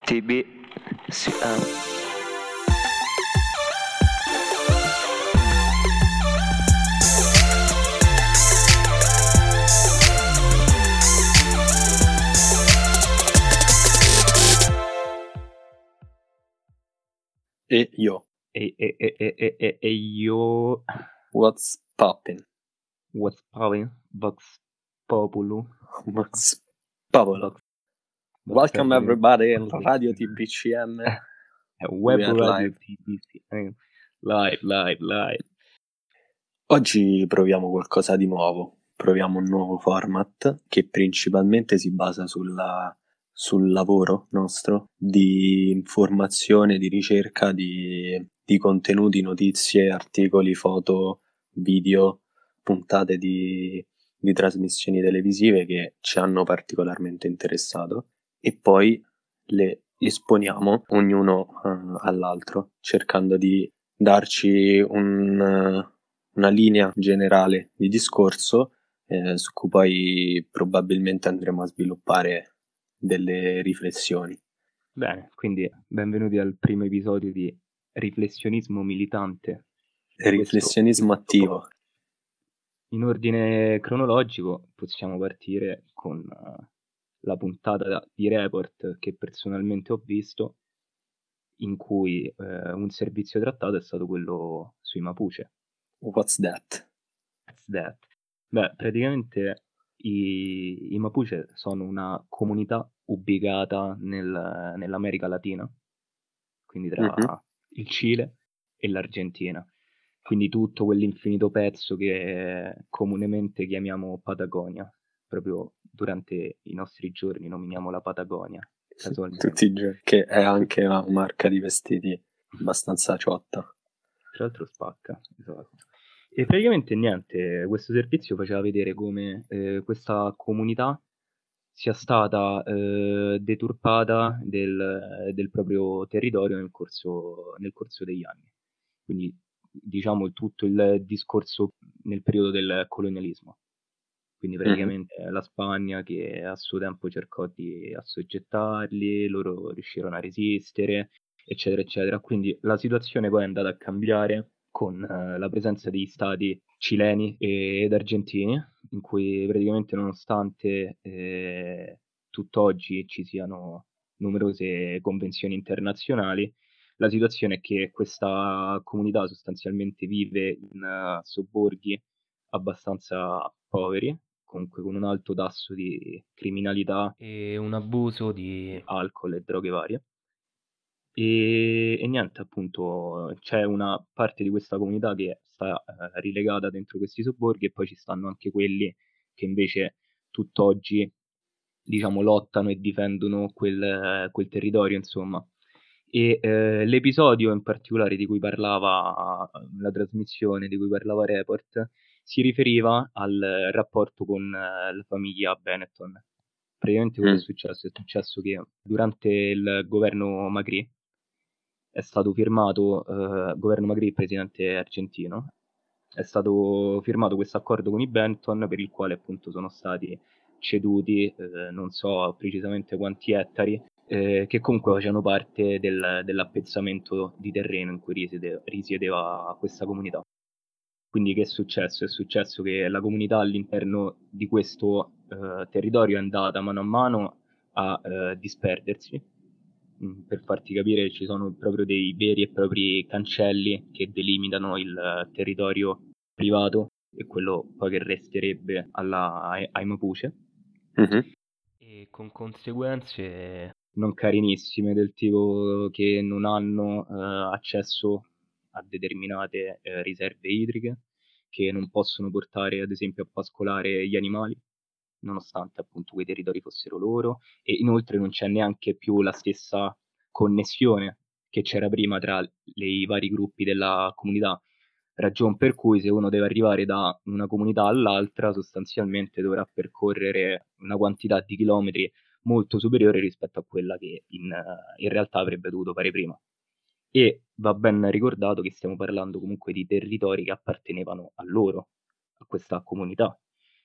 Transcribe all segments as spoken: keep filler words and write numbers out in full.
T B C M. E io. E, e, e, e, e, e, e io. What's poppin'? What's poppin'? Vox Populu. What's poppin'? Vox, Welcome Vox everybody in Populi. Radio T B C M. Web We are Radio live. T V C M. Live, live, live. Oggi proviamo qualcosa di nuovo. Proviamo un nuovo format che principalmente si basa sulla, sul lavoro nostro di informazione, di ricerca di, di contenuti, notizie, articoli, foto, video, puntate di, di trasmissioni televisive che ci hanno particolarmente interessato e poi le esponiamo ognuno uh, all'altro, cercando di darci un, uh, una linea generale di discorso eh, su cui poi probabilmente andremo a sviluppare delle riflessioni. Bene, quindi benvenuti al primo episodio di Riflessionismo Militante. Riflessionismo questo, attivo. questo In ordine cronologico possiamo partire con uh, la puntata di Report che personalmente ho visto, in cui uh, un servizio trattato è stato quello sui Mapuche. What's that? What's that? Beh, praticamente i, i Mapuche sono una comunità ubicata nel, nell'America Latina, quindi tra Mm-hmm. il Cile e l'Argentina. Quindi tutto quell'infinito pezzo che comunemente chiamiamo Patagonia. Proprio durante i nostri giorni nominiamo la Patagonia, casualmente. Tutti i giorni, che è anche una marca di vestiti abbastanza ciotta. Tra l'altro spacca, esatto. E praticamente niente, questo servizio faceva vedere come eh, questa comunità sia stata eh, deturpata del, del proprio territorio nel corso, nel corso degli anni. Quindi diciamo tutto il discorso nel periodo del colonialismo. Quindi praticamente mm-hmm. la Spagna che a suo tempo cercò di assoggettarli, loro riuscirono a resistere, eccetera, eccetera. Quindi la situazione poi è andata a cambiare con uh, la presenza degli stati cileni ed argentini, in cui praticamente nonostante eh, tutt'oggi ci siano numerose convenzioni internazionali, la situazione è che questa comunità sostanzialmente vive in uh, sobborghi abbastanza poveri, comunque con un alto tasso di criminalità e un abuso di alcol e droghe varie. E, e niente, appunto, c'è una parte di questa comunità che sta eh, rilegata dentro questi sobborghi e poi ci stanno anche quelli che invece tutt'oggi, diciamo, lottano e difendono quel, quel territorio, insomma. E eh, l'episodio in particolare di cui parlava la trasmissione, di cui parlava Report, si riferiva al rapporto con eh, la famiglia Benetton. Praticamente cosa Mm. è successo? È successo che durante il governo Macri è stato firmato, eh, governo Macri, presidente argentino, è stato firmato questo accordo con i Benetton per il quale appunto sono stati ceduti, eh, non so precisamente quanti ettari, eh, che comunque facevano parte del, dell'appezzamento di terreno in cui risiede, risiedeva questa comunità. Quindi che è successo? È successo che la comunità all'interno di questo eh, territorio è andata mano a mano a eh, disperdersi. Mm, per farti capire, ci sono proprio dei veri e propri cancelli che delimitano il uh, territorio privato e quello poi che resterebbe alla, ai, ai Mapuche. Mm-hmm. E con conseguenze non carinissime, del tipo che non hanno uh, accesso a determinate uh, riserve idriche, che non possono portare ad esempio a pascolare gli animali, nonostante appunto quei territori fossero loro, e inoltre non c'è neanche più la stessa connessione che c'era prima tra le, i vari gruppi della comunità, ragion per cui se uno deve arrivare da una comunità all'altra sostanzialmente dovrà percorrere una quantità di chilometri molto superiore rispetto a quella che in, in realtà avrebbe dovuto fare prima. E va ben ricordato che stiamo parlando comunque di territori che appartenevano a loro, a questa comunità.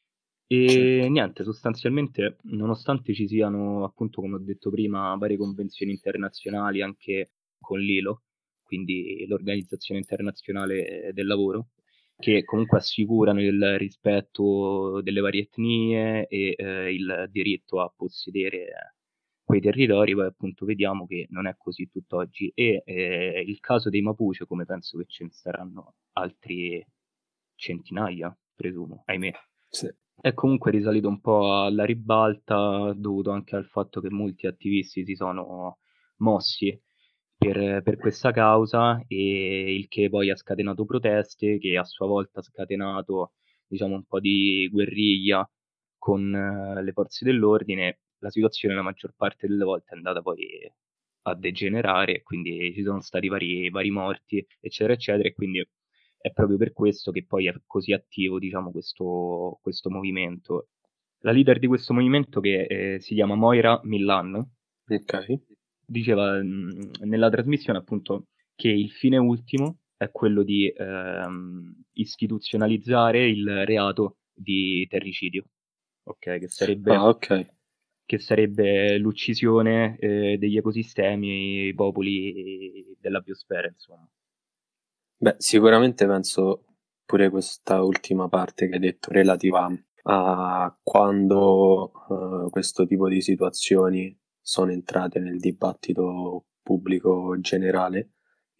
E Certo. niente, sostanzialmente, nonostante ci siano, appunto, come ho detto prima, varie convenzioni internazionali anche con l'I L O, quindi l'Organizzazione Internazionale del Lavoro, che comunque assicurano il rispetto delle varie etnie e eh, il diritto a possedere quei territori, poi appunto vediamo che non è così tutt'oggi. E eh, il caso dei Mapuche, come penso che ce ne saranno altri centinaia, presumo, ahimè, Sì. è comunque risalito un po' alla ribalta, dovuto anche al fatto che molti attivisti si sono mossi per, per questa causa, e il che poi ha scatenato proteste, che a sua volta ha scatenato, diciamo, un po' di guerriglia con eh, le forze dell'ordine. La situazione la maggior parte delle volte è andata poi a degenerare, quindi ci sono stati vari, vari morti, eccetera, eccetera, e quindi è proprio per questo che poi è così attivo, diciamo, questo, questo movimento. La leader di questo movimento, che eh, si chiama Moira Millan, Ok. diceva mh, nella trasmissione appunto che il fine ultimo è quello di ehm, istituzionalizzare il reato di terricidio, ok? Che Ah, sarebbe, ok. che sarebbe l'uccisione eh, degli ecosistemi, i popoli della biosfera, insomma. Beh, sicuramente penso pure questa ultima parte che hai detto relativa a quando eh, questo tipo di situazioni sono entrate nel dibattito pubblico generale,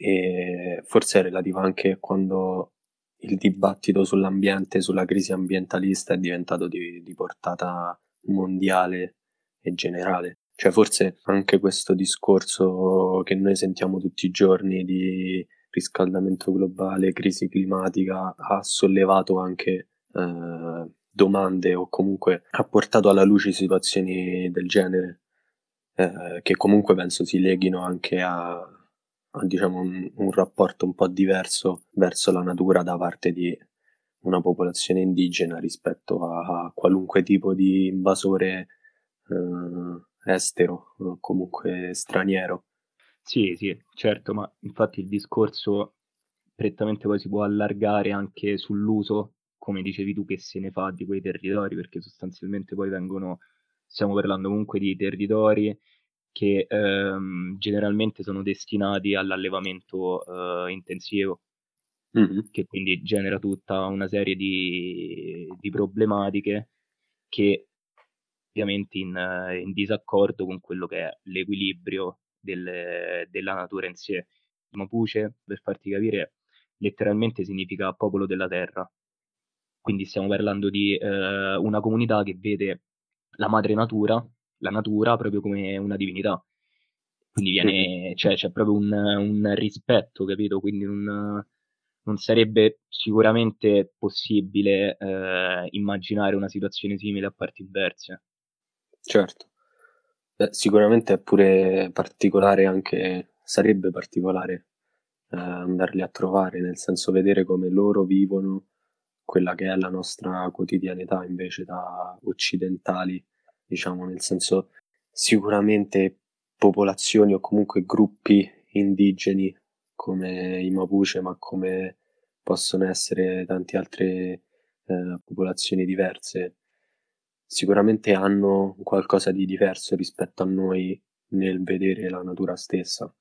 e forse è relativa anche a quando il dibattito sull'ambiente, sulla crisi ambientalista è diventato di, di portata mondiale e generale. Cioè forse anche questo discorso che noi sentiamo tutti i giorni di riscaldamento globale, crisi climatica, ha sollevato anche eh, domande, o comunque ha portato alla luce situazioni del genere, eh, che comunque penso si leghino anche a, a, diciamo, un, un rapporto un po' diverso verso la natura da parte di una popolazione indigena rispetto a, a qualunque tipo di invasore eh, estero o comunque straniero. Sì, sì, certo, ma infatti il discorso prettamente poi si può allargare anche sull'uso, come dicevi tu, che se ne fa di quei territori, perché sostanzialmente poi vengono, stiamo parlando comunque di territori che ehm, generalmente sono destinati all'allevamento eh, intensivo, Mhm. che quindi genera tutta una serie di, di problematiche che ovviamente in, eh, in disaccordo con quello che è l'equilibrio del- della natura in sé. Mapuche, per farti capire, letteralmente significa popolo della terra, quindi stiamo parlando di eh, una comunità che vede la madre natura, la natura proprio come una divinità. Quindi Mhm. viene, cioè, c'è proprio un, un rispetto, capito? Quindi non, non sarebbe sicuramente possibile eh, immaginare una situazione simile a parti inverse. Certo. Beh, sicuramente è pure particolare, anche sarebbe particolare eh, andarli a trovare, nel senso vedere come loro vivono quella che è la nostra quotidianità invece da occidentali, diciamo, nel senso sicuramente popolazioni o comunque gruppi indigeni come i Mapuche, ma come possono essere tante altre eh, popolazioni diverse, sicuramente hanno qualcosa di diverso rispetto a noi nel vedere la natura stessa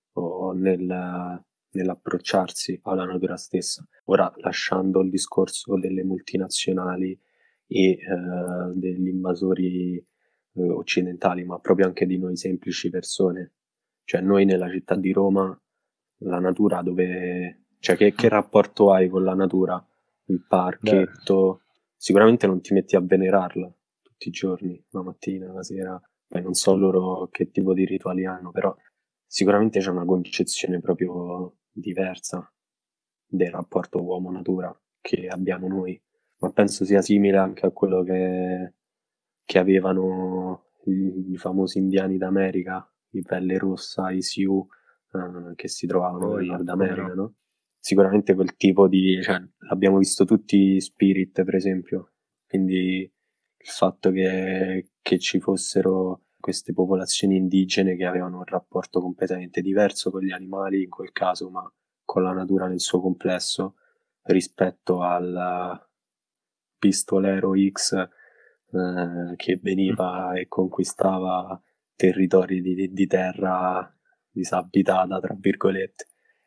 o nel, nell'approcciarsi alla natura stessa. Ora, lasciando il discorso delle multinazionali e eh, degli invasori eh, occidentali, ma proprio anche di noi semplici persone. Cioè, noi nella città di Roma, la natura dove... Cioè, che, che rapporto hai con la natura? Il Beh, parchetto? Sicuramente non ti metti a venerarla tutti i giorni, la mattina, la sera. Poi non so loro che tipo di rituali hanno, però sicuramente c'è una concezione proprio diversa del rapporto uomo-natura che abbiamo noi, ma penso sia simile anche a quello che, che avevano i, i famosi indiani d'America, i pelle rossa, i Sioux, eh, che si trovavano nel poi, Nord come America, no? no? Sicuramente quel tipo di, cioè, l'abbiamo visto tutti Spirit, per esempio, quindi il fatto che, che ci fossero queste popolazioni indigene che avevano un rapporto completamente diverso con gli animali in quel caso, ma con la natura nel suo complesso, rispetto al pistolero X eh, che veniva e conquistava territori di, di terra disabitata, tra virgolette.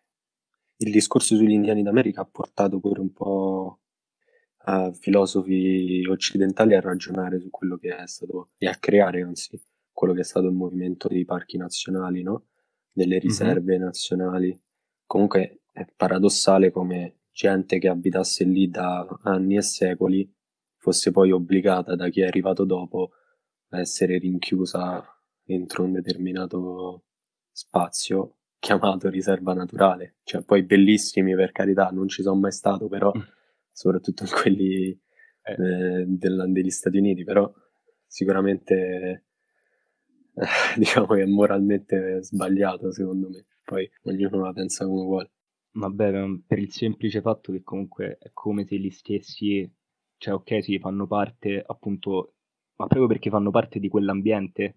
Il discorso sugli indiani d'America ha portato pure un po' a filosofi occidentali a ragionare su quello che è stato, e a creare anzi, quello che è stato il movimento dei parchi nazionali, no? Delle Mhm. riserve nazionali. Comunque è paradossale come gente che abitasse lì da anni e secoli fosse poi obbligata da chi è arrivato dopo a essere rinchiusa entro un determinato spazio chiamato riserva naturale. Cioè, poi bellissimi per carità, non ci sono mai stato, però soprattutto in quelli Eh, eh, della- degli Stati Uniti, però sicuramente eh, diciamo che è moralmente sbagliato secondo me. Poi ognuno la pensa come vuole. Vabbè, ma per il semplice fatto che comunque è come se gli stessi, cioè ok, sì, fanno parte appunto, ma proprio perché fanno parte di quell'ambiente,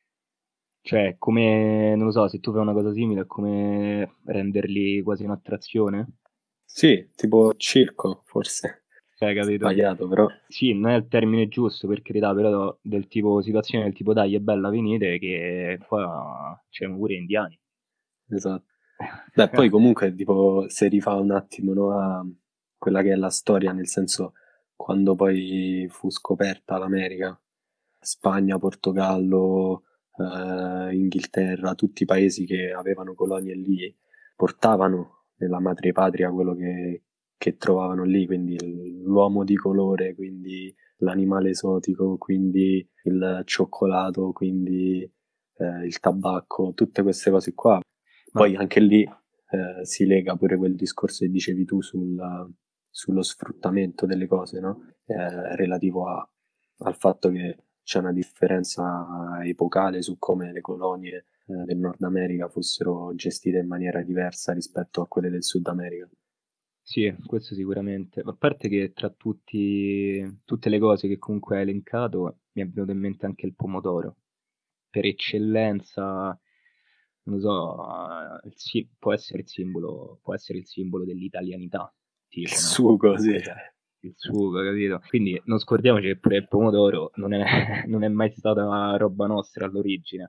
cioè è come, non lo so, se tu fai una cosa simile è come renderli quasi un'attrazione, Sì, tipo circo, forse. cioè, capito? Sbagliato, però Sì, non è il termine giusto per carità, però del tipo situazione del tipo dai è bella venite che qua c'erano pure indiani. esatto. Beh, poi comunque, tipo, se rifà un attimo, no, a quella che è la storia, nel senso, quando poi fu scoperta l'America, Spagna, Portogallo, eh, Inghilterra, tutti i paesi che avevano colonie lì, portavano nella madrepatria quello che, che trovavano lì, quindi l'uomo di colore, quindi l'animale esotico, quindi il cioccolato, quindi eh, il tabacco, tutte queste cose qua. Ma Poi anche lì eh, si lega pure quel discorso che dicevi tu sul- sullo sfruttamento delle cose, no? Eh, relativo a- al fatto che c'è una differenza epocale su come le colonie eh, del Nord America fossero gestite in maniera diversa rispetto a quelle del Sud America. sì, questo sicuramente. A parte che tra tutti, tutte le cose che comunque hai elencato, mi è venuto in mente anche il pomodoro. Per eccellenza, non lo so, il si- può essere il simbolo, può essere il simbolo dell'italianità, Il tipo, no? sugo, sì. Comunque c'è il sugo, capito? Quindi non scordiamoci che pure il pomodoro non è, non è mai stata roba nostra all'origine.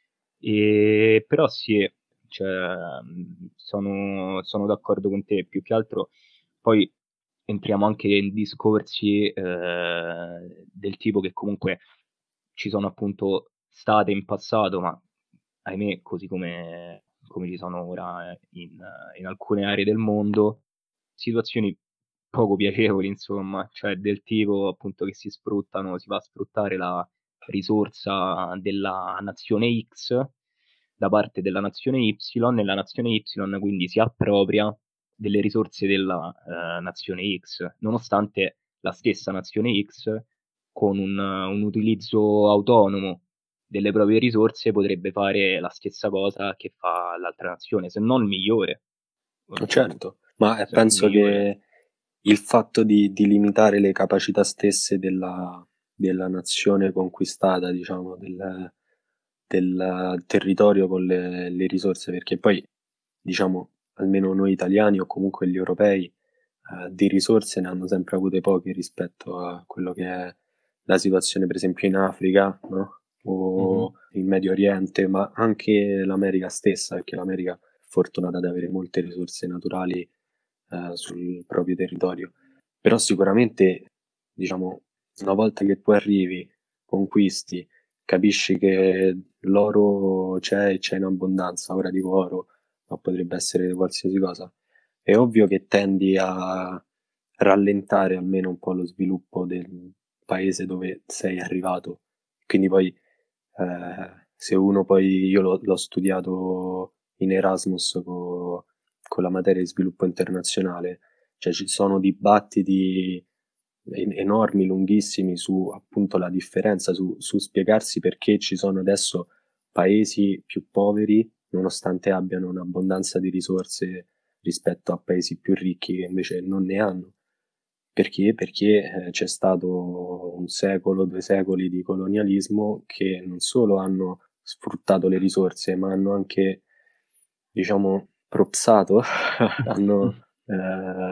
E, però sì, cioè, mh, sono, sono d'accordo con te, più che altro poi entriamo anche in discorsi eh, del tipo che comunque ci sono appunto state in passato, ma ahimè, così come, come ci sono ora in, in alcune aree del mondo, situazioni poco piacevoli, insomma, cioè del tipo appunto che si sfruttano, si va a sfruttare la risorsa della nazione X da parte della nazione Y e la nazione Y quindi si appropria delle risorse della eh, nazione X, nonostante la stessa nazione X con un, un utilizzo autonomo delle proprie risorse potrebbe fare la stessa cosa che fa l'altra nazione, se non migliore. Certo, ma eh, Cioè, penso migliore. che il fatto di, di limitare le capacità stesse della, della nazione conquistata, diciamo, del, del territorio con le, le risorse, perché poi, diciamo, almeno noi italiani o comunque gli europei, eh, di risorse ne hanno sempre avute poche rispetto a quello che è la situazione, per esempio, in Africa, no? Mhm. O in Medio Oriente, ma anche l'America stessa, perché l'America è fortunata ad avere molte risorse naturali eh, sul proprio territorio. Però sicuramente, diciamo, una volta che tu arrivi, conquisti, capisci che l'oro c'è e c'è in abbondanza, ora dico oro, ma potrebbe essere qualsiasi cosa, è ovvio che tendi a rallentare almeno un po' lo sviluppo del paese dove sei arrivato. Quindi poi, eh, se uno poi, io l'ho, l'ho studiato in Erasmus co- con la materia di sviluppo internazionale, cioè ci sono dibattiti en- enormi, lunghissimi su appunto la differenza, su, su spiegarsi perché ci sono adesso paesi più poveri, nonostante abbiano un'abbondanza di risorse rispetto a paesi più ricchi che invece non ne hanno. Perché? Perché eh, c'è stato un secolo, due secoli di colonialismo che non solo hanno sfruttato le risorse, ma hanno anche, diciamo, propsato, hanno, eh,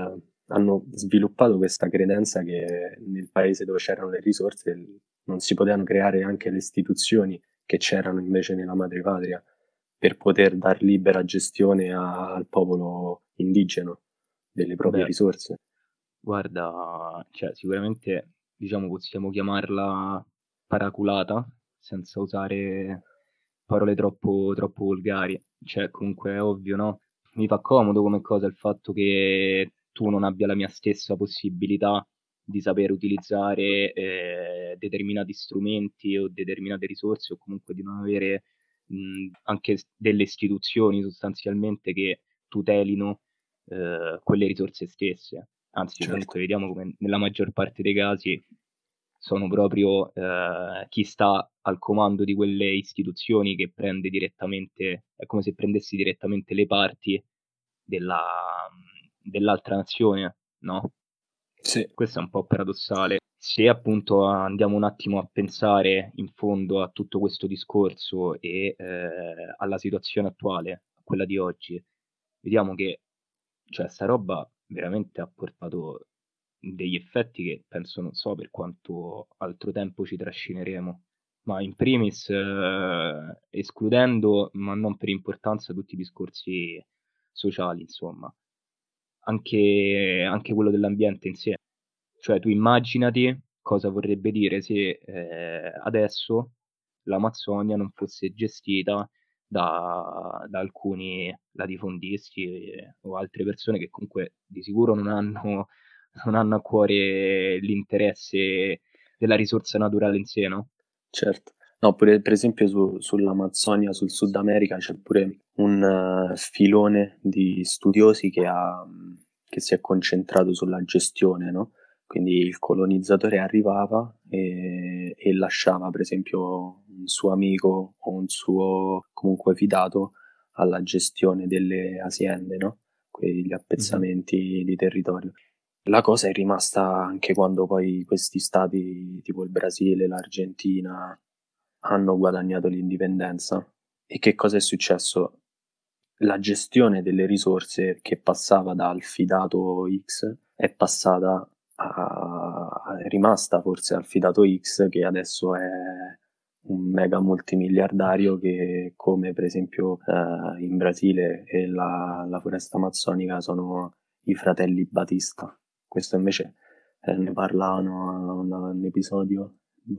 hanno sviluppato questa credenza che nel paese dove c'erano le risorse non si potevano creare anche le istituzioni che c'erano invece nella madrepatria per poter dar libera gestione a- al popolo indigeno delle proprie Beh, risorse. guarda, cioè, sicuramente diciamo possiamo chiamarla paraculata senza usare parole troppo, troppo volgari. Cioè, comunque è ovvio, no? Mi fa comodo come cosa il fatto che tu non abbia la mia stessa possibilità di saper utilizzare eh, determinati strumenti o determinate risorse o comunque di non avere mh, anche s- delle istituzioni sostanzialmente che tutelino eh, quelle risorse stesse. Anzi, Certo, comunque vediamo come nella maggior parte dei casi sono proprio eh, chi sta al comando di quelle istituzioni che prende direttamente, è come se prendessi direttamente le parti della, dell'altra nazione, no? sì, Questo è un po' paradossale. Se appunto andiamo un attimo a pensare in fondo a tutto questo discorso e eh, alla situazione attuale, a quella di oggi, vediamo che cioè, sta roba veramente ha portato degli effetti che penso non so per quanto altro tempo ci trascineremo. Ma in primis, eh, escludendo, ma non per importanza, tutti i discorsi sociali, insomma, anche, anche quello dell'ambiente in sé. Cioè, tu immaginati cosa vorrebbe dire se eh, adesso l'Amazzonia non fosse gestita da, da alcuni latifondisti eh, o altre persone che comunque di sicuro non hanno, non hanno a cuore l'interesse della risorsa naturale in sé, no? certo. No, pure per esempio su- sull'Amazzonia, sul Sud America c'è pure un eh, filone di studiosi che, ha, che si è concentrato sulla gestione, no? Quindi il colonizzatore arrivava e, e lasciava per esempio un suo amico o un suo comunque fidato alla gestione delle aziende, no? Quegli Mhm. appezzamenti di territorio. La cosa è rimasta anche quando poi questi stati, tipo il Brasile, l'Argentina, hanno guadagnato l'indipendenza. E che cosa è successo? La gestione delle risorse che passava dal fidato X è passata a, è rimasta forse al fidato X, che adesso è un mega multimiliardario che, come per esempio eh, in Brasile e la, la foresta amazzonica, sono i fratelli Batista. Questo invece eh, ne parlavano a un, un episodio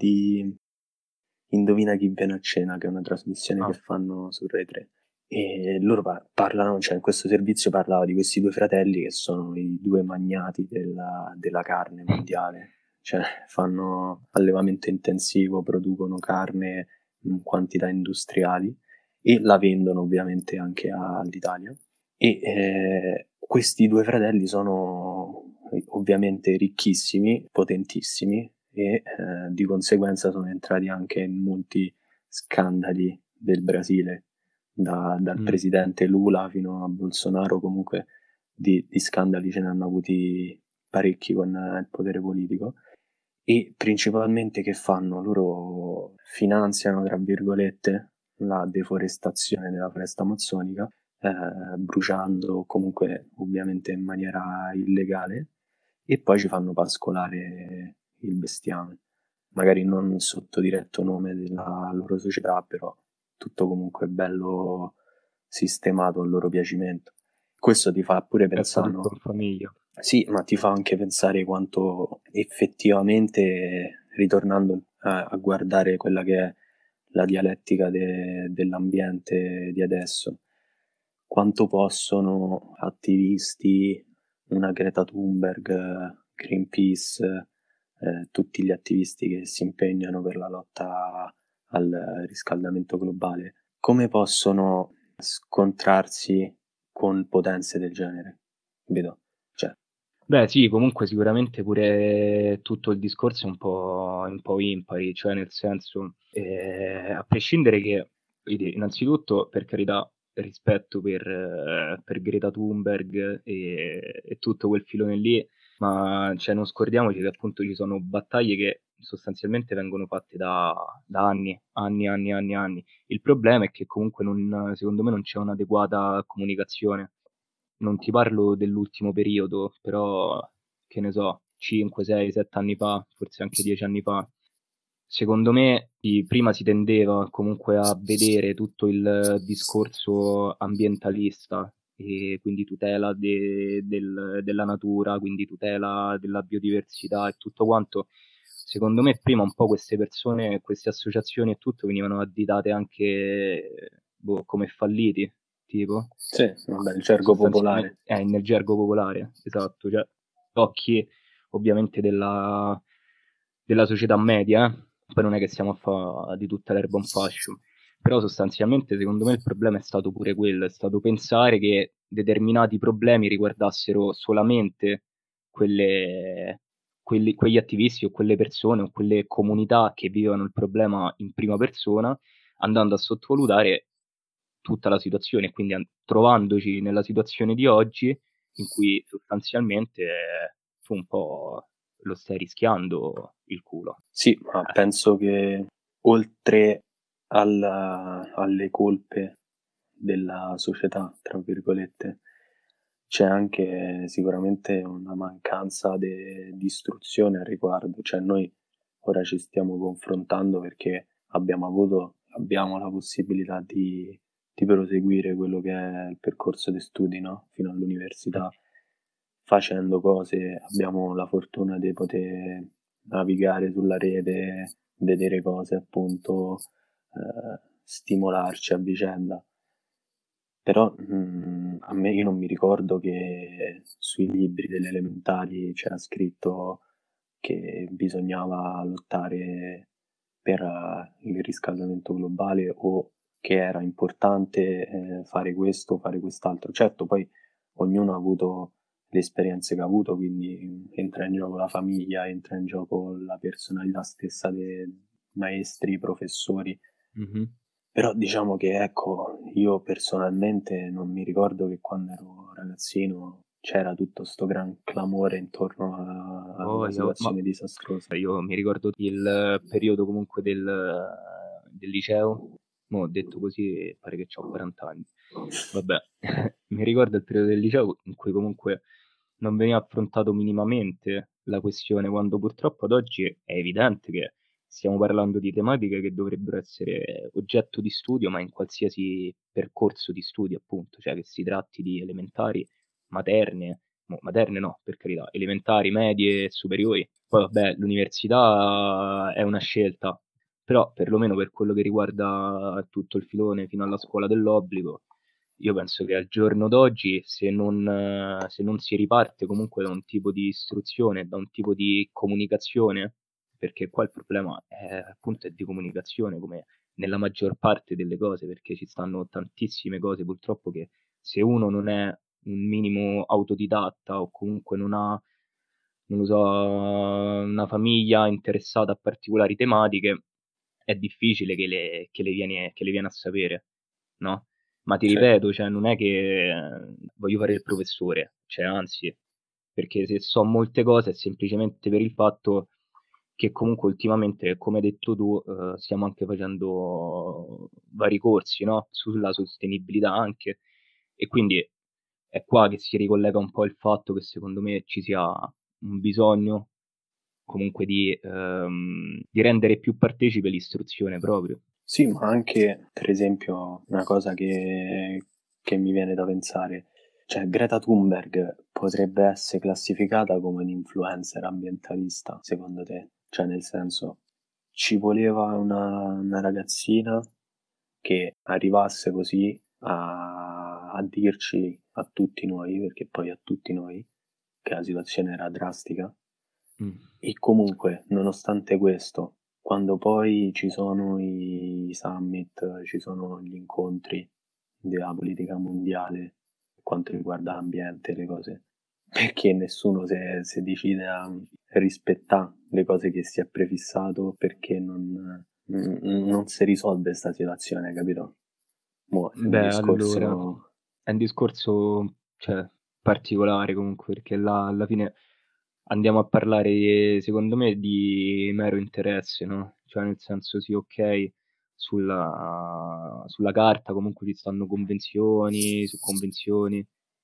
di Indovina chi viene a cena, che è una trasmissione che Ah, fanno su Rai tre. E loro pa- parlano, cioè in questo servizio parlava di questi due fratelli che sono i due magnati della, della carne mondiale. Cioè fanno allevamento intensivo, producono carne in quantità industriali e la vendono ovviamente anche a- all'Italia. E eh, questi due fratelli sono eh, ovviamente ricchissimi, potentissimi e eh, di conseguenza sono entrati anche in molti scandali del Brasile, da- dal mm. presidente Lula fino a Bolsonaro, comunque di, di scandali ce ne hanno avuti parecchi con eh, il potere politico. E principalmente che fanno? Loro finanziano, tra virgolette, la deforestazione della foresta amazzonica, eh, bruciando o comunque ovviamente in maniera illegale, e poi ci fanno pascolare il bestiame. Magari non sotto diretto nome della loro società, però tutto comunque bello sistemato al loro piacimento. Questo ti fa pure E fa pensare, tutto no? in famiglia. Sì, ma ti fa anche pensare quanto effettivamente, ritornando a, a guardare quella che è la dialettica de- dell'ambiente di adesso, quanto possono attivisti, una Greta Thunberg, eh, Greenpeace, eh, tutti gli attivisti che si impegnano per la lotta al riscaldamento globale, come possono scontrarsi con potenze del genere? Vedo, cioè, Beh, sì, comunque sicuramente pure tutto il discorso è un po', un po' impari, cioè nel senso, eh, a prescindere che, vedi, innanzitutto, per carità, rispetto per, eh, per Greta Thunberg e, e tutto quel filone lì, ma cioè, non scordiamoci che appunto ci sono battaglie che sostanzialmente vengono fatte da, da anni, anni, anni, anni, anni. Il problema è che comunque non, secondo me non c'è un'adeguata comunicazione non ti parlo dell'ultimo periodo, però che ne so, cinque, sei, sette anni fa, forse anche dieci anni fa, secondo me sì, prima si tendeva comunque a vedere tutto il discorso ambientalista e quindi tutela de- del- della natura, quindi tutela della biodiversità e tutto quanto. Secondo me prima un po' queste persone, queste associazioni e tutto venivano additate anche boh, come falliti, tipo Sì, vabbè, il gergo sostanzialmente popolare. eh, nel gergo popolare, esatto, cioè occhi ovviamente della, della società media, eh. Poi non è che stiamo a fare di tutta l'erba un fascio, però sostanzialmente secondo me il problema è stato pure quello, è stato pensare che determinati problemi riguardassero solamente quelle, quelli- quegli attivisti o quelle persone o quelle comunità che vivevano il problema in prima persona, andando a sottovalutare tutta la situazione e quindi an- trovandoci nella situazione di oggi in cui sostanzialmente eh, tu un po' lo stai rischiando il culo. Sì, ma Eh, penso che oltre alla- alle colpe della società, tra virgolette, c'è anche sicuramente una mancanza de- di istruzione al riguardo. Cioè noi ora ci stiamo confrontando perché abbiamo avuto, abbiamo la possibilità di, di proseguire quello che è il percorso di studi, no? Fino all'università, facendo cose, abbiamo la fortuna di poter navigare sulla rete, vedere cose, appunto, eh, stimolarci a vicenda. Però mh, a me io non mi ricordo che sui libri delle elementari c'era scritto che bisognava lottare per eh, il riscaldamento globale o che era importante eh, fare questo o fare quest'altro. Certo, poi ognuno ha avuto le esperienze che ha avuto, quindi entra in gioco la famiglia, entra in gioco la personalità stessa dei maestri, professori. mhm. Però diciamo che ecco, io personalmente non mi ricordo che quando ero ragazzino c'era tutto sto gran clamore intorno a, a Oh, una io, ma situazione disastrosa. io mi ricordo il periodo comunque del, del liceo, mo ho detto così pare che ho quaranta anni. Vabbè, mi ricordo il periodo del liceo in cui comunque non veniva affrontato minimamente la questione, quando purtroppo ad oggi è evidente che stiamo parlando di tematiche che dovrebbero essere oggetto di studio, ma in qualsiasi percorso di studio, appunto, cioè che si tratti di elementari, materne, mo, materne no, per carità, elementari, medie, superiori. Poi vabbè, l'università è una scelta, però perlomeno per quello che riguarda tutto il filone fino alla scuola dell'obbligo, io penso che al giorno d'oggi, se non, eh, se non si riparte comunque da un tipo di istruzione, da un tipo di comunicazione, perché qua il problema è appunto è di comunicazione, come nella maggior parte delle cose, perché ci stanno tantissime cose purtroppo che se uno non è un minimo autodidatta o comunque non ha, non lo so, una famiglia interessata a particolari tematiche, è difficile che le, che le viene, che le viene a sapere, no? Ma ti Sì, ripeto, cioè, non è che eh, voglio fare il professore, cioè, anzi, perché se so molte cose è semplicemente per il fatto che comunque ultimamente, come hai detto tu, eh, stiamo anche facendo vari corsi, no? Sulla sostenibilità anche, e quindi è qua che si ricollega un po' il fatto che secondo me ci sia un bisogno comunque di, ehm, di rendere più partecipe l'istruzione proprio. sì, ma anche per esempio una cosa che, che mi viene da pensare, cioè Greta Thunberg potrebbe essere classificata come un influencer ambientalista, secondo te? Cioè nel senso, ci voleva una, una ragazzina che arrivasse così a, a dirci a tutti noi, perché poi a tutti noi, che la situazione era drastica, Mm. e comunque, nonostante questo, quando poi ci sono i summit, ci sono gli incontri della politica mondiale per quanto riguarda l'ambiente e le cose, perché nessuno si, si decide a rispettare le cose che si è prefissato, perché non, non si risolve questa situazione, capito? Mo' è un Beh, allora, discorso. è un discorso, cioè, particolare comunque, perché là alla fine andiamo a parlare, secondo me, di mero interesse, no? Cioè, nel senso, sì, ok, sulla, sulla carta comunque ci stanno convenzioni su convenzioni,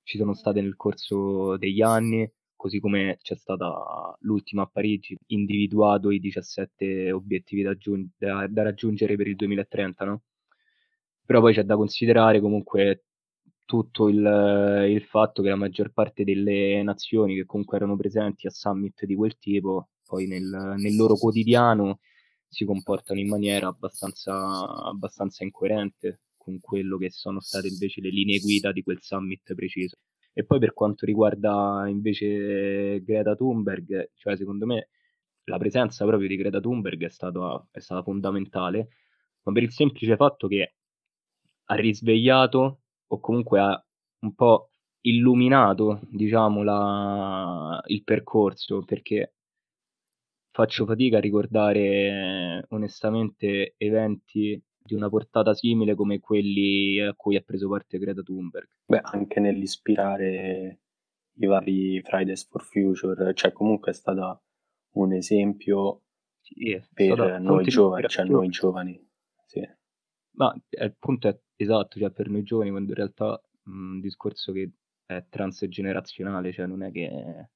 ci sono state nel corso degli anni, così come c'è stata l'ultima a Parigi, individuato i diciassette obiettivi da, aggiung- da, da raggiungere per il duemilatrenta, no? Però poi c'è da considerare comunque tutto il, il fatto che la maggior parte delle nazioni che comunque erano presenti a summit di quel tipo, poi nel, nel loro quotidiano si comportano in maniera abbastanza, abbastanza incoerente con quello che sono state invece le linee guida di quel summit preciso. E poi per quanto riguarda invece Greta Thunberg, cioè secondo me la presenza proprio di Greta Thunberg è stata, è stata fondamentale, ma per il semplice fatto che ha risvegliato o comunque ha un po' illuminato, diciamo, la, il percorso, perché faccio fatica a ricordare onestamente eventi di una portata simile come quelli a cui ha preso parte Greta Thunberg. Beh, anche nell'ispirare i vari Fridays for Future, cioè comunque è stata un esempio Sì, è per stata noi fonte di giovani, cioè noi ispirazione. giovani, sì. Ma eh, il punto è esatto, cioè per noi giovani, quando in realtà mh, un discorso che è transgenerazionale, cioè non è che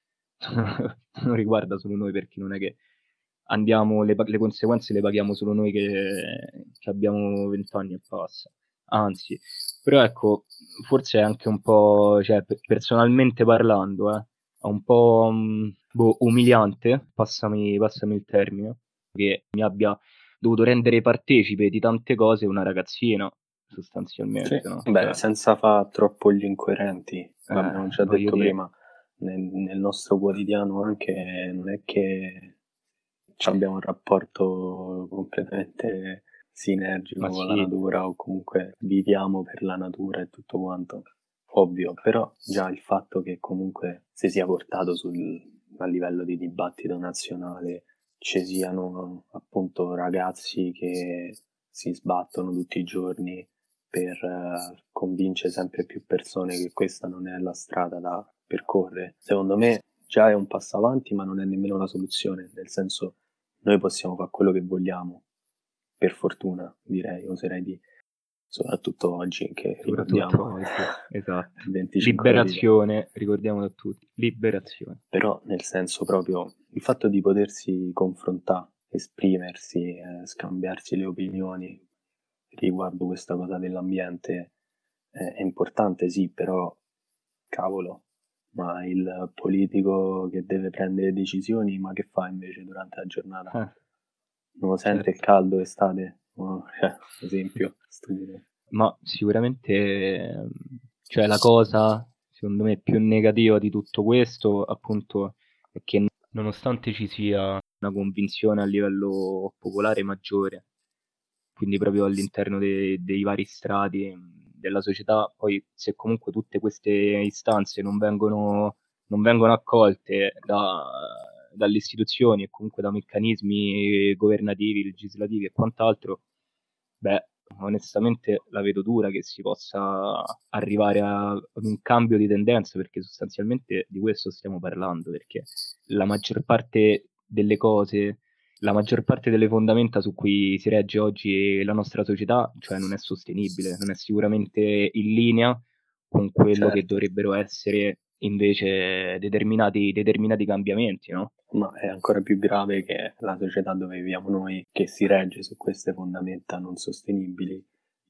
non riguarda solo noi, perché non è che andiamo, le, pa- le conseguenze le paghiamo solo noi che, che abbiamo vent'anni e passa. Anzi, però ecco, forse è anche un po', cioè, pe- personalmente parlando, eh, è un po' mh, boh, umiliante, passami, passami il termine, che mi abbia dovuto rendere partecipe di tante cose una ragazzina, Sì. sostanzialmente, no? Beh, Cioè, senza far troppo gli incoerenti, eh, l'abbiamo già voglio detto dire, prima, nel, nel nostro quotidiano anche non è che ci abbiamo un rapporto completamente sinergico ma con la sì, natura o comunque viviamo per la natura e tutto quanto. Ovvio, però già il fatto che comunque si sia portato sul, a livello di dibattito nazionale ci siano appunto ragazzi che si sbattono tutti i giorni per eh, convincere sempre più persone che questa non è la strada da percorrere. Secondo me già è un passo avanti, ma non è nemmeno la soluzione, nel senso noi possiamo fare quello che vogliamo, per fortuna, direi, oserei dire, soprattutto oggi che soprattutto ricordiamo oggi, esatto. il venticinque aprile. Liberazione, ricordiamo da tutti, liberazione. Però nel senso proprio il fatto di potersi confrontare, esprimersi, eh, scambiarsi le opinioni riguardo questa cosa dell'ambiente eh, è importante, sì, però cavolo, ma il politico che deve prendere decisioni, ma che fa invece durante la giornata? Eh, Non lo sente il certo. caldo estate? No, cioè, esempio stupido. Ma sicuramente, ehm, cioè la cosa, secondo me, più negativa di tutto questo, appunto, è che nonostante ci sia una convinzione a livello popolare maggiore, quindi proprio all'interno de- dei vari strati mh, della società, poi se comunque tutte queste istanze non vengono, non vengono accolte da- dalle istituzioni e comunque da meccanismi governativi, legislativi e quant'altro, beh, onestamente la vedo dura che si possa arrivare a, ad un cambio di tendenza, perché sostanzialmente di questo stiamo parlando, perché la maggior parte delle cose, la maggior parte delle fondamenta su cui si regge oggi la nostra società, cioè non è sostenibile, non è sicuramente in linea con quello che Certo, dovrebbero essere invece determinati, determinati cambiamenti, no? ma è ancora più grave che la società dove viviamo noi, che si regge su queste fondamenta non sostenibili,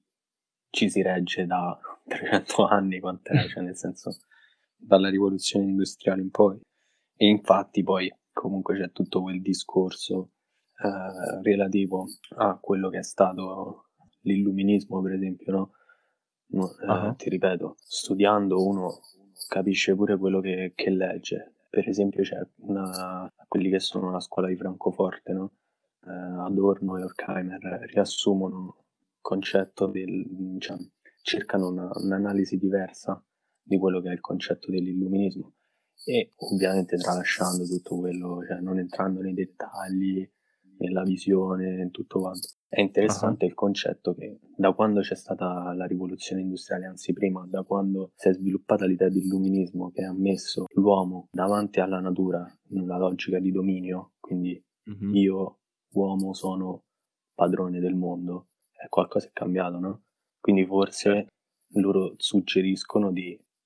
ci si regge da trecento anni, quant'è, cioè nel senso dalla rivoluzione industriale in poi. E infatti poi comunque c'è tutto quel discorso eh, relativo a quello che è stato l'illuminismo, per esempio, no? No, eh, Ah, ti ripeto, studiando uno capisce pure quello che, che legge. Per esempio c'è una, quelli che sono la scuola di Francoforte, no? Eh, Adorno e Horkheimer riassumono il concetto del, diciamo, cercano una, un'analisi diversa di quello che è il concetto dell'illuminismo e ovviamente tralasciando tutto quello, cioè non entrando nei dettagli, nella visione, in tutto quanto. È ah, interessante il concetto che da quando c'è stata la rivoluzione industriale, anzi prima, da quando si è sviluppata l'idea di illuminismo che ha messo l'uomo davanti alla natura in una logica di dominio, quindi mhm, io, uomo, sono padrone del mondo, è qualcosa è cambiato, no? Quindi certo. forse loro suggeriscono di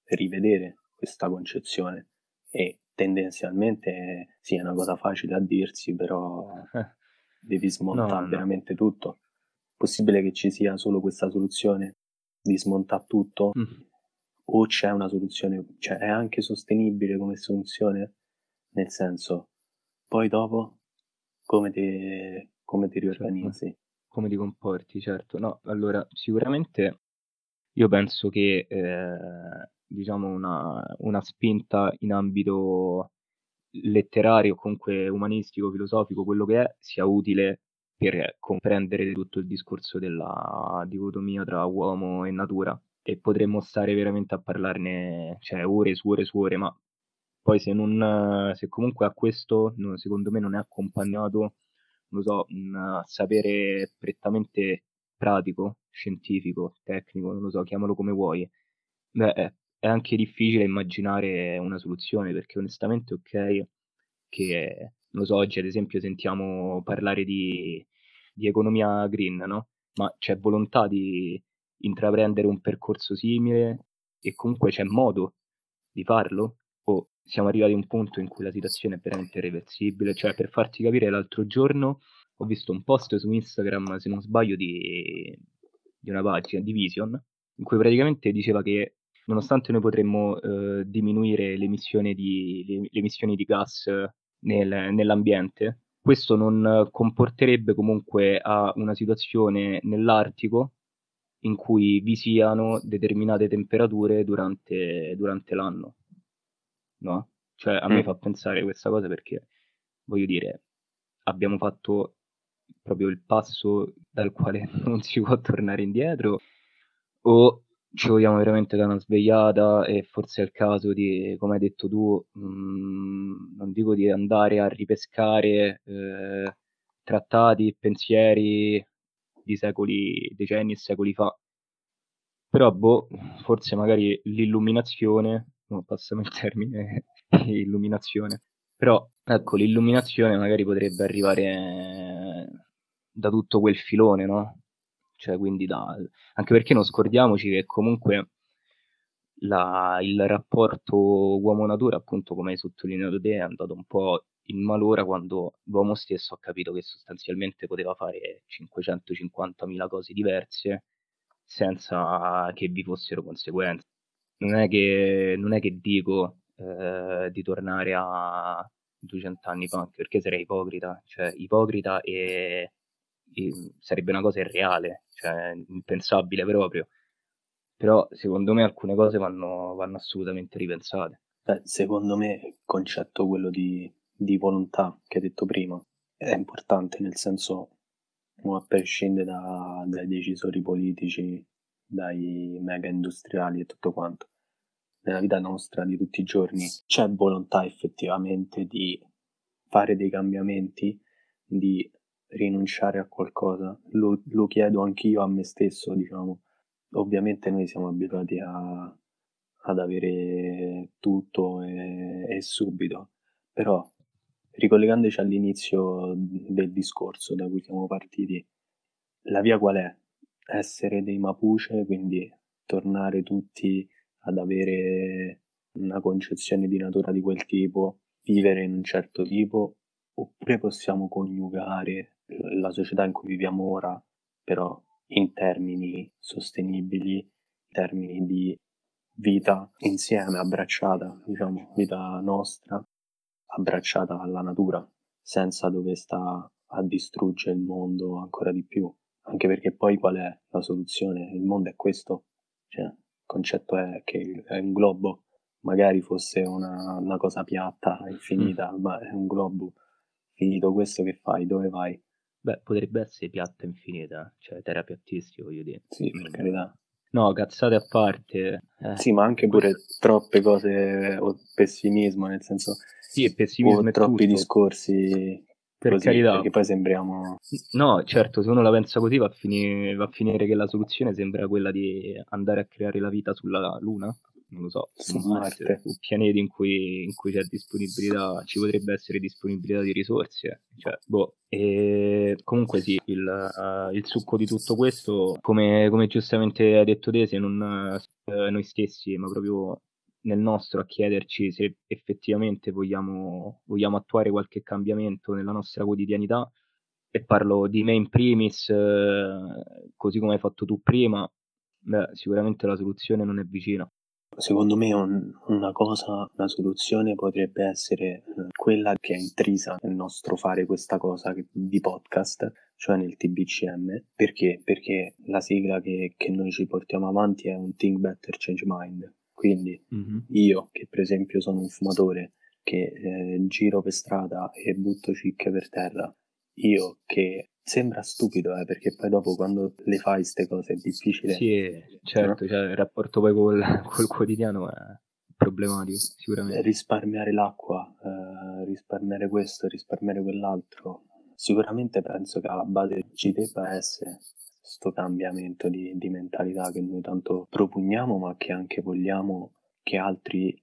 rivedere questa concezione e tendenzialmente sì, è una cosa facile a dirsi, però devi smontare No, no. veramente tutto. Possibile che ci sia solo questa soluzione di smontare tutto Mm. o c'è una soluzione, cioè è anche sostenibile come soluzione, nel senso poi dopo come ti, come ti Cioè, come, riorganizzi? come ti comporti, certo. No, allora, sicuramente io penso che, eh, diciamo, una, una spinta in ambito letterario, comunque umanistico, filosofico, quello che è, sia utile per comprendere tutto il discorso della dicotomia tra uomo e natura. E potremmo stare veramente a parlarne, cioè, ore su ore su ore, ma poi se non, se comunque a questo, no, secondo me non è accompagnato, non lo so, un uh, sapere prettamente pratico, scientifico, tecnico, non lo so, chiamalo come vuoi, beh, è, è anche difficile immaginare una soluzione, perché onestamente, ok, che, non lo so, oggi ad esempio sentiamo parlare di, di economia green, no? Ma c'è volontà di intraprendere un percorso simile e comunque c'è modo di farlo? O siamo arrivati a un punto in cui la situazione è veramente irreversibile? Cioè, per farti capire, l'altro giorno ho visto un post su Instagram, se non sbaglio, di, di una pagina, di Vision, in cui praticamente diceva che nonostante noi potremmo eh, diminuire l'emissione di, le, le emissioni di gas nel- nell'ambiente, questo non comporterebbe comunque a una situazione nell'Artico in cui vi siano determinate temperature durante, durante l'anno, no? Cioè, a me Mm. fa pensare questa cosa perché, voglio dire, abbiamo fatto proprio il passo dal quale non si può tornare indietro, o ci vogliamo veramente dare una svegliata e forse è il caso di, come hai detto tu, mh, non dico di andare a ripescare eh, trattati, pensieri di secoli, decenni e secoli fa, però, boh, forse magari l'illuminazione, no, passami il termine, illuminazione, però, ecco, l'illuminazione magari potrebbe arrivare eh, da tutto quel filone, no? Cioè, quindi da... Anche perché non scordiamoci che comunque la- il rapporto uomo-natura, appunto, come hai sottolineato te, è andato un po' in malora quando l'uomo stesso ha capito che sostanzialmente poteva fare cinquecentocinquantamila cose diverse senza che vi fossero conseguenze. Non è che, non è che dico eh, di tornare a duecento anni fa, anche perché sarei ipocrita, cioè ipocrita e, e sarebbe una cosa irreale, cioè impensabile proprio. Però secondo me alcune cose vanno, vanno assolutamente ripensate. Beh, secondo me il concetto quello di, di volontà che hai detto prima è importante, nel senso, mo a prescindere da- dai decisori politici, dai mega industriali e tutto quanto, nella vita nostra di tutti i giorni c'è volontà effettivamente di fare dei cambiamenti, di rinunciare a qualcosa. Lo, lo chiedo anch'io a me stesso, diciamo. Ovviamente noi siamo abituati a ad avere tutto e, e subito, però ricollegandoci all'inizio del discorso da cui siamo partiti, la via qual è? Essere dei Mapuche, quindi tornare tutti ad avere una concezione di natura di quel tipo, vivere in un certo tipo, oppure possiamo coniugare la società in cui viviamo ora, però in termini sostenibili, in termini di vita insieme, abbracciata, diciamo, vita nostra, abbracciata alla natura, senza dover sta a distruggere il mondo ancora di più. Anche perché poi qual è la soluzione? Il mondo è questo, cioè, il concetto è che è un globo, magari fosse una, una cosa piatta, Mm. infinita, ma è un globo. Finito questo che fai? Dove vai? Beh, potrebbe essere piatta e infinita, cioè terra piattistica, voglio dire. Sì, per Mm. carità. No, cazzate a parte. Sì, Eh, ma anche pure questo... troppe cose o pessimismo, nel senso, Sì, il o pessimismo è troppi tutto, discorsi per così, carità. perché poi sembriamo No, certo, se uno la pensa così va a, fini- va a finire che la soluzione sembra quella di andare a creare la vita sulla Luna, non lo so, su su Marte, Marte. su pianeti in cui, in cui c'è disponibilità, ci potrebbe essere disponibilità di risorse, cioè, boh. E comunque sì, il, eh, il succo di tutto questo, come, come giustamente hai detto te, se non eh, noi stessi, ma proprio nel nostro a chiederci se effettivamente vogliamo, vogliamo attuare qualche cambiamento nella nostra quotidianità, e parlo di me in primis, eh, così come hai fatto tu prima, beh, sicuramente la soluzione non è vicina. Secondo me un- una cosa, una soluzione potrebbe essere eh, quella che è intrisa nel nostro fare questa cosa che- di podcast, cioè nel T B C M. Perché? Perché la sigla che, che noi ci portiamo avanti è un Think Better Change Mind. Quindi Mhm. io, che per esempio sono un fumatore, che eh, giro per strada e butto cicche per terra, io che sembra stupido, eh, perché poi dopo quando le fai queste cose è difficile, Sì, certo, no? cioè, il rapporto poi col, col quotidiano è problematico, sicuramente. Risparmiare l'acqua, eh, risparmiare questo, risparmiare quell'altro. Sicuramente penso che alla base ci debba essere questo cambiamento di, di mentalità che noi tanto propugniamo, ma che anche vogliamo che altri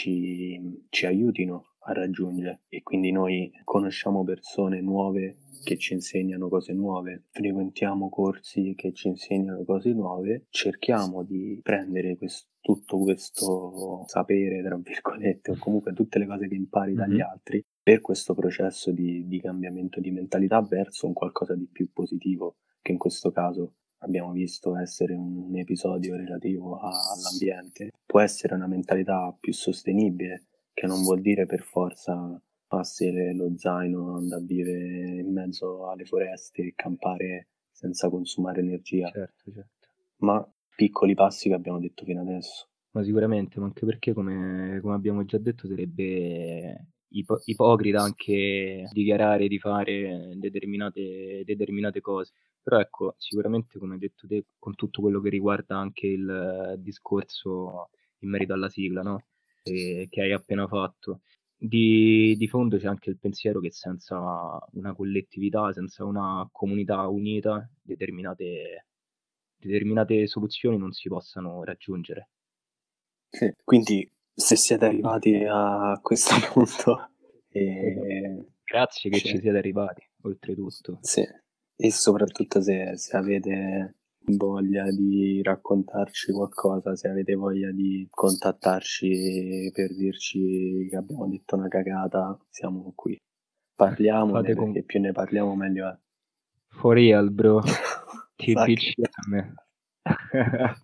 ci, ci aiutino a raggiungere. E quindi noi conosciamo persone nuove che ci insegnano cose nuove, frequentiamo corsi che ci insegnano cose nuove, cerchiamo di prendere questo, tutto questo sapere, tra virgolette, o comunque tutte le cose che impari dagli Mhm. altri, per questo processo di, di cambiamento di mentalità verso un qualcosa di più positivo, che in questo caso abbiamo visto essere un episodio relativo a- all'ambiente. Può essere una mentalità più sostenibile, che non vuol dire per forza passare lo zaino, andare a vivere in mezzo alle foreste e campare senza consumare energia, Certo, certo. ma piccoli passi che abbiamo detto fino adesso. Ma sicuramente, ma anche perché, come, come abbiamo già detto, sarebbe ipo- ipocrita anche dichiarare di fare determinate, determinate cose. Però ecco, sicuramente, come hai detto te, con tutto quello che riguarda anche il eh, discorso in merito alla sigla, no? E- che hai appena fatto, di, di fondo c'è anche il pensiero che senza una collettività, senza una comunità unita, determinate, determinate soluzioni non si possano raggiungere. Sì. Quindi se siete arrivati a questo punto, eh, Grazie che ci cioè, siete arrivati, oltretutto. sì. E soprattutto se, se avete voglia di raccontarci qualcosa, se avete voglia di contattarci per dirci che abbiamo detto una cagata, siamo qui. Parliamone, Fate con perché più ne parliamo meglio è. for real, bro. Fuck. T B C M.